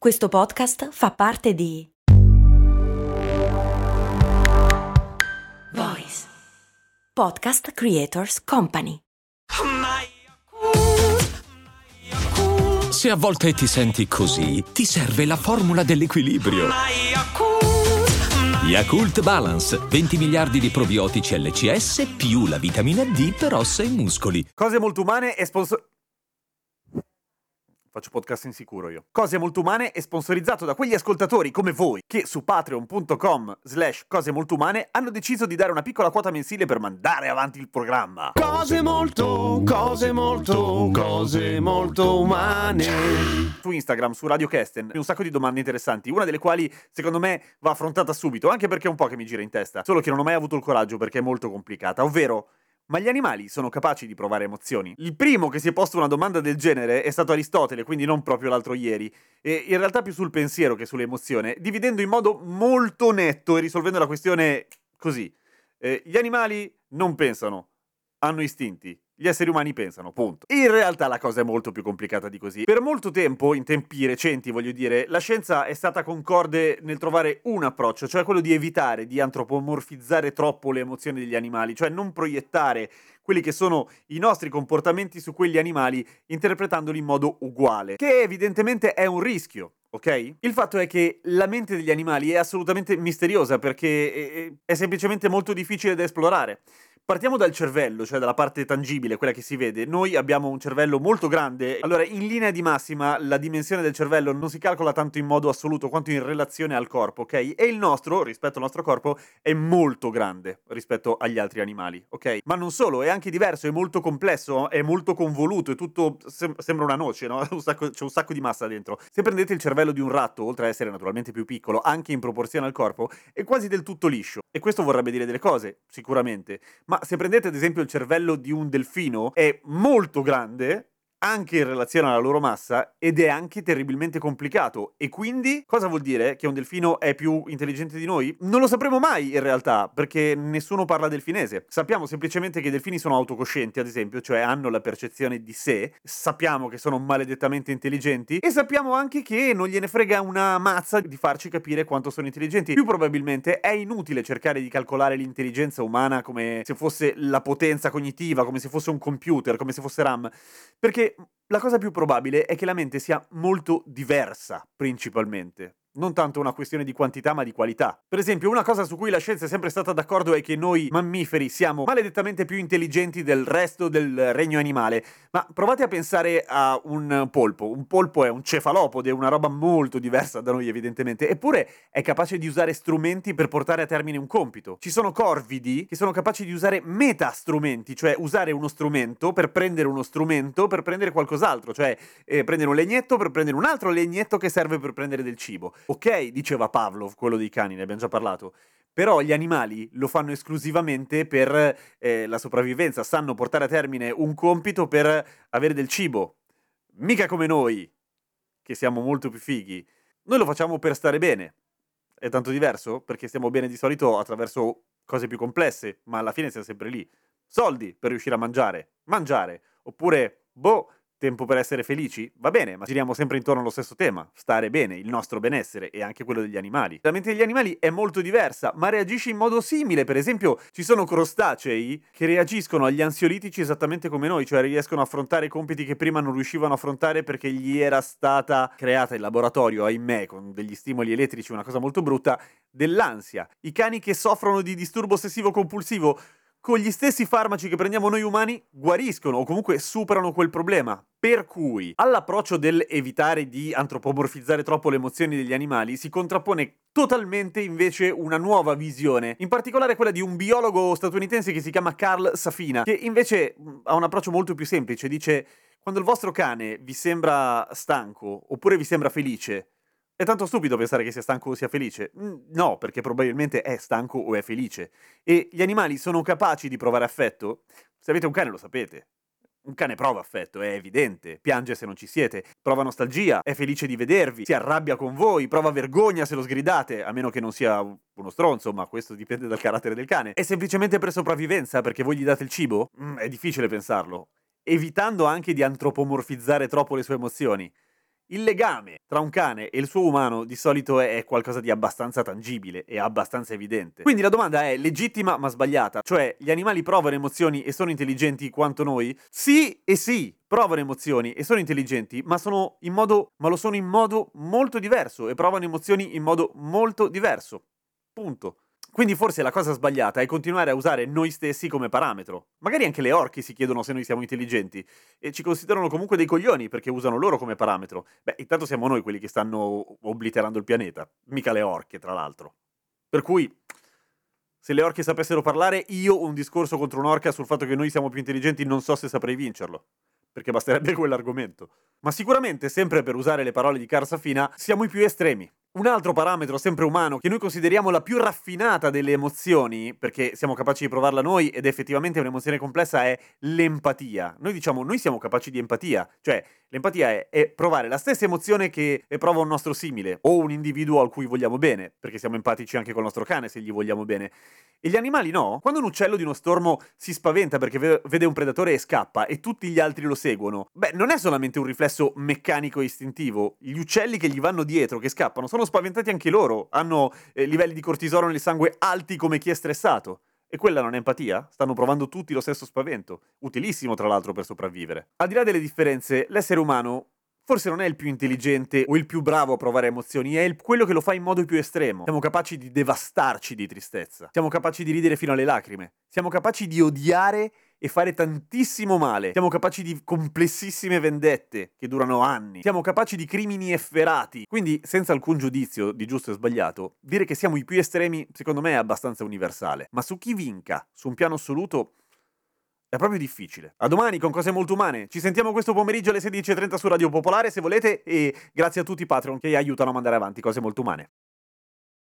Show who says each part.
Speaker 1: Questo podcast fa parte di Voice Podcast Creators Company.
Speaker 2: Se a volte ti senti così, ti serve la formula dell'equilibrio. Yakult Balance, 20 miliardi di probiotici LCS più la vitamina D per ossa e muscoli.
Speaker 3: Cose molto umane e Faccio podcast insicuro io. Cose molto umane e sponsorizzato da quegli ascoltatori come voi che su patreon.com/cose molto umane hanno deciso di dare una piccola quota mensile per mandare avanti il programma.
Speaker 4: Cose molto umane.
Speaker 3: Su Instagram, su Radio Kesten, un sacco di domande interessanti, una delle quali secondo me va affrontata subito, anche perché è un po' che mi gira in testa, solo che non ho mai avuto il coraggio perché è molto complicata, ovvero: ma gli animali sono capaci di provare emozioni? Il primo che si è posto una domanda del genere è stato Aristotele, quindi non proprio l'altro ieri, e in realtà più sul pensiero che sull'emozione, dividendo in modo molto netto e risolvendo la questione così. Gli animali non pensano, hanno istinti. Gli esseri umani pensano, punto. In realtà la cosa è molto più complicata di così. Per molto tempo, in tempi recenti voglio dire, la scienza è stata concorde nel trovare un approccio, cioè quello di evitare di antropomorfizzare troppo le emozioni degli animali, cioè non proiettare quelli che sono i nostri comportamenti su quegli animali interpretandoli in modo uguale, che evidentemente è un rischio. Ok? Il fatto è che la mente degli animali è assolutamente misteriosa perché è semplicemente molto difficile da esplorare. Partiamo dal cervello, cioè dalla parte tangibile, quella che si vede. Noi abbiamo un cervello molto grande. Allora, in linea di massima, la dimensione del cervello non si calcola tanto in modo assoluto quanto in relazione al corpo, ok? E il nostro, rispetto al nostro corpo, è molto grande rispetto agli altri animali, ok? Ma non solo, è anche diverso, è molto complesso, è molto convoluto, è tutto sembra una noce, no? C'è un sacco di massa dentro. Se prendete il cervello di un ratto, oltre a essere naturalmente più piccolo, anche in proporzione al corpo, è quasi del tutto liscio. E questo vorrebbe dire delle cose, sicuramente. Ma se prendete ad esempio il cervello di un delfino, è molto grande, anche in relazione alla loro massa, ed è anche terribilmente complicato. E quindi, cosa vuol dire? Che un delfino è più intelligente di noi? Non lo sapremo mai in realtà, perché nessuno parla delfinese. Sappiamo semplicemente che i delfini sono autocoscienti, ad esempio, cioè hanno la percezione di sé, sappiamo che sono maledettamente intelligenti, e sappiamo anche che non gliene frega una mazza di farci capire quanto sono intelligenti. Più probabilmente è inutile cercare di calcolare l'intelligenza umana come se fosse la potenza cognitiva, come se fosse un computer, come se fosse RAM, perché la cosa più probabile è che la mente sia molto diversa, principalmente. Non tanto una questione di quantità, ma di qualità. Per esempio, una cosa su cui la scienza è sempre stata d'accordo è che noi mammiferi siamo maledettamente più intelligenti del resto del regno animale. Ma provate a pensare a un polpo. Un polpo è un cefalopode, una roba molto diversa da noi, evidentemente. Eppure è capace di usare strumenti per portare a termine un compito. Ci sono corvidi che sono capaci di usare metastrumenti, cioè usare uno strumento per prendere uno strumento per prendere qualcos'altro, cioè prendere un legnetto per prendere un altro legnetto che serve per prendere del cibo. Ok, diceva Pavlov, quello dei cani, ne abbiamo già parlato, però gli animali lo fanno esclusivamente per la sopravvivenza, sanno portare a termine un compito per avere del cibo. Mica come noi, che siamo molto più fighi. Noi lo facciamo per stare bene. È tanto diverso? Perché stiamo bene di solito attraverso cose più complesse, ma alla fine siamo sempre lì. Soldi per riuscire a mangiare, oppure, tempo per essere felici? Va bene, ma giriamo sempre intorno allo stesso tema, stare bene, il nostro benessere e anche quello degli animali. La mente degli animali è molto diversa, ma reagisce in modo simile. Per esempio, ci sono crostacei che reagiscono agli ansiolitici esattamente come noi, cioè riescono a affrontare compiti che prima non riuscivano a affrontare perché gli era stata creata in laboratorio, ahimè, con degli stimoli elettrici, una cosa molto brutta, dell'ansia. I cani che soffrono di disturbo ossessivo-compulsivo, con gli stessi farmaci che prendiamo noi umani, guariscono o comunque superano quel problema. Per cui, all'approccio del evitare di antropomorfizzare troppo le emozioni degli animali, si contrappone totalmente invece una nuova visione, in particolare quella di un biologo statunitense che si chiama Carl Safina, che invece ha un approccio molto più semplice. Dice: quando il vostro cane vi sembra stanco oppure vi sembra felice, è tanto stupido pensare che sia stanco o sia felice. No, perché probabilmente è stanco o è felice. E gli animali sono capaci di provare affetto? Se avete un cane lo sapete. Un cane prova affetto, è evidente, piange se non ci siete, prova nostalgia, è felice di vedervi, si arrabbia con voi, prova vergogna se lo sgridate, a meno che non sia uno stronzo, ma questo dipende dal carattere del cane. È semplicemente per sopravvivenza, perché voi gli date il cibo? È difficile pensarlo. Evitando anche di antropomorfizzare troppo le sue emozioni. il legame tra un cane e il suo umano di solito è qualcosa di abbastanza tangibile e abbastanza evidente. Quindi la domanda è legittima ma sbagliata, cioè gli animali provano emozioni e sono intelligenti quanto noi? Sì e sì, provano emozioni e sono intelligenti, ma lo sono in modo molto diverso e provano emozioni in modo molto diverso. Punto. Quindi forse la cosa sbagliata è continuare a usare noi stessi come parametro. Magari anche le orche si chiedono se noi siamo intelligenti e ci considerano comunque dei coglioni perché usano loro come parametro. Beh, intanto siamo noi quelli che stanno obliterando il pianeta, mica le orche, tra l'altro. Per cui, se le orche sapessero parlare, io un discorso contro un'orca sul fatto che noi siamo più intelligenti non so se saprei vincerlo, perché basterebbe quell'argomento. Ma sicuramente, sempre per usare le parole di Carl Safina, siamo i più estremi. Un altro parametro sempre umano che noi consideriamo la più raffinata delle emozioni, perché siamo capaci di provarla noi ed effettivamente è un'emozione complessa, è l'empatia. Noi diciamo, noi siamo capaci di empatia, cioè l'empatia è provare la stessa emozione che prova un nostro simile o un individuo a cui vogliamo bene, perché siamo empatici anche col nostro cane se gli vogliamo bene. E gli animali no? Quando un uccello di uno stormo si spaventa perché vede un predatore e scappa e tutti gli altri lo seguono, beh, non è solamente un riflesso meccanico e istintivo. Gli uccelli che gli vanno dietro, che scappano, sono spaventati anche loro, hanno livelli di cortisolo nel sangue alti come chi è stressato. E quella non è empatia? Stanno provando tutti lo stesso spavento, utilissimo tra l'altro per sopravvivere. Al di là delle differenze, l'essere umano forse non è il più intelligente o il più bravo a provare emozioni, è quello che lo fa in modo più estremo. Siamo capaci di devastarci di tristezza, siamo capaci di ridere fino alle lacrime, siamo capaci di odiare e fare tantissimo male, siamo capaci di complessissime vendette che durano anni, siamo capaci di crimini efferati. Quindi, senza alcun giudizio di giusto e sbagliato, dire che siamo i più estremi secondo me è abbastanza universale. Ma su chi vinca, su un piano assoluto, è proprio difficile. A domani con Cose Molto Umane. Ci sentiamo questo pomeriggio alle 16:30 su Radio Popolare se volete, e grazie a tutti i Patreon che aiutano a mandare avanti Cose Molto Umane.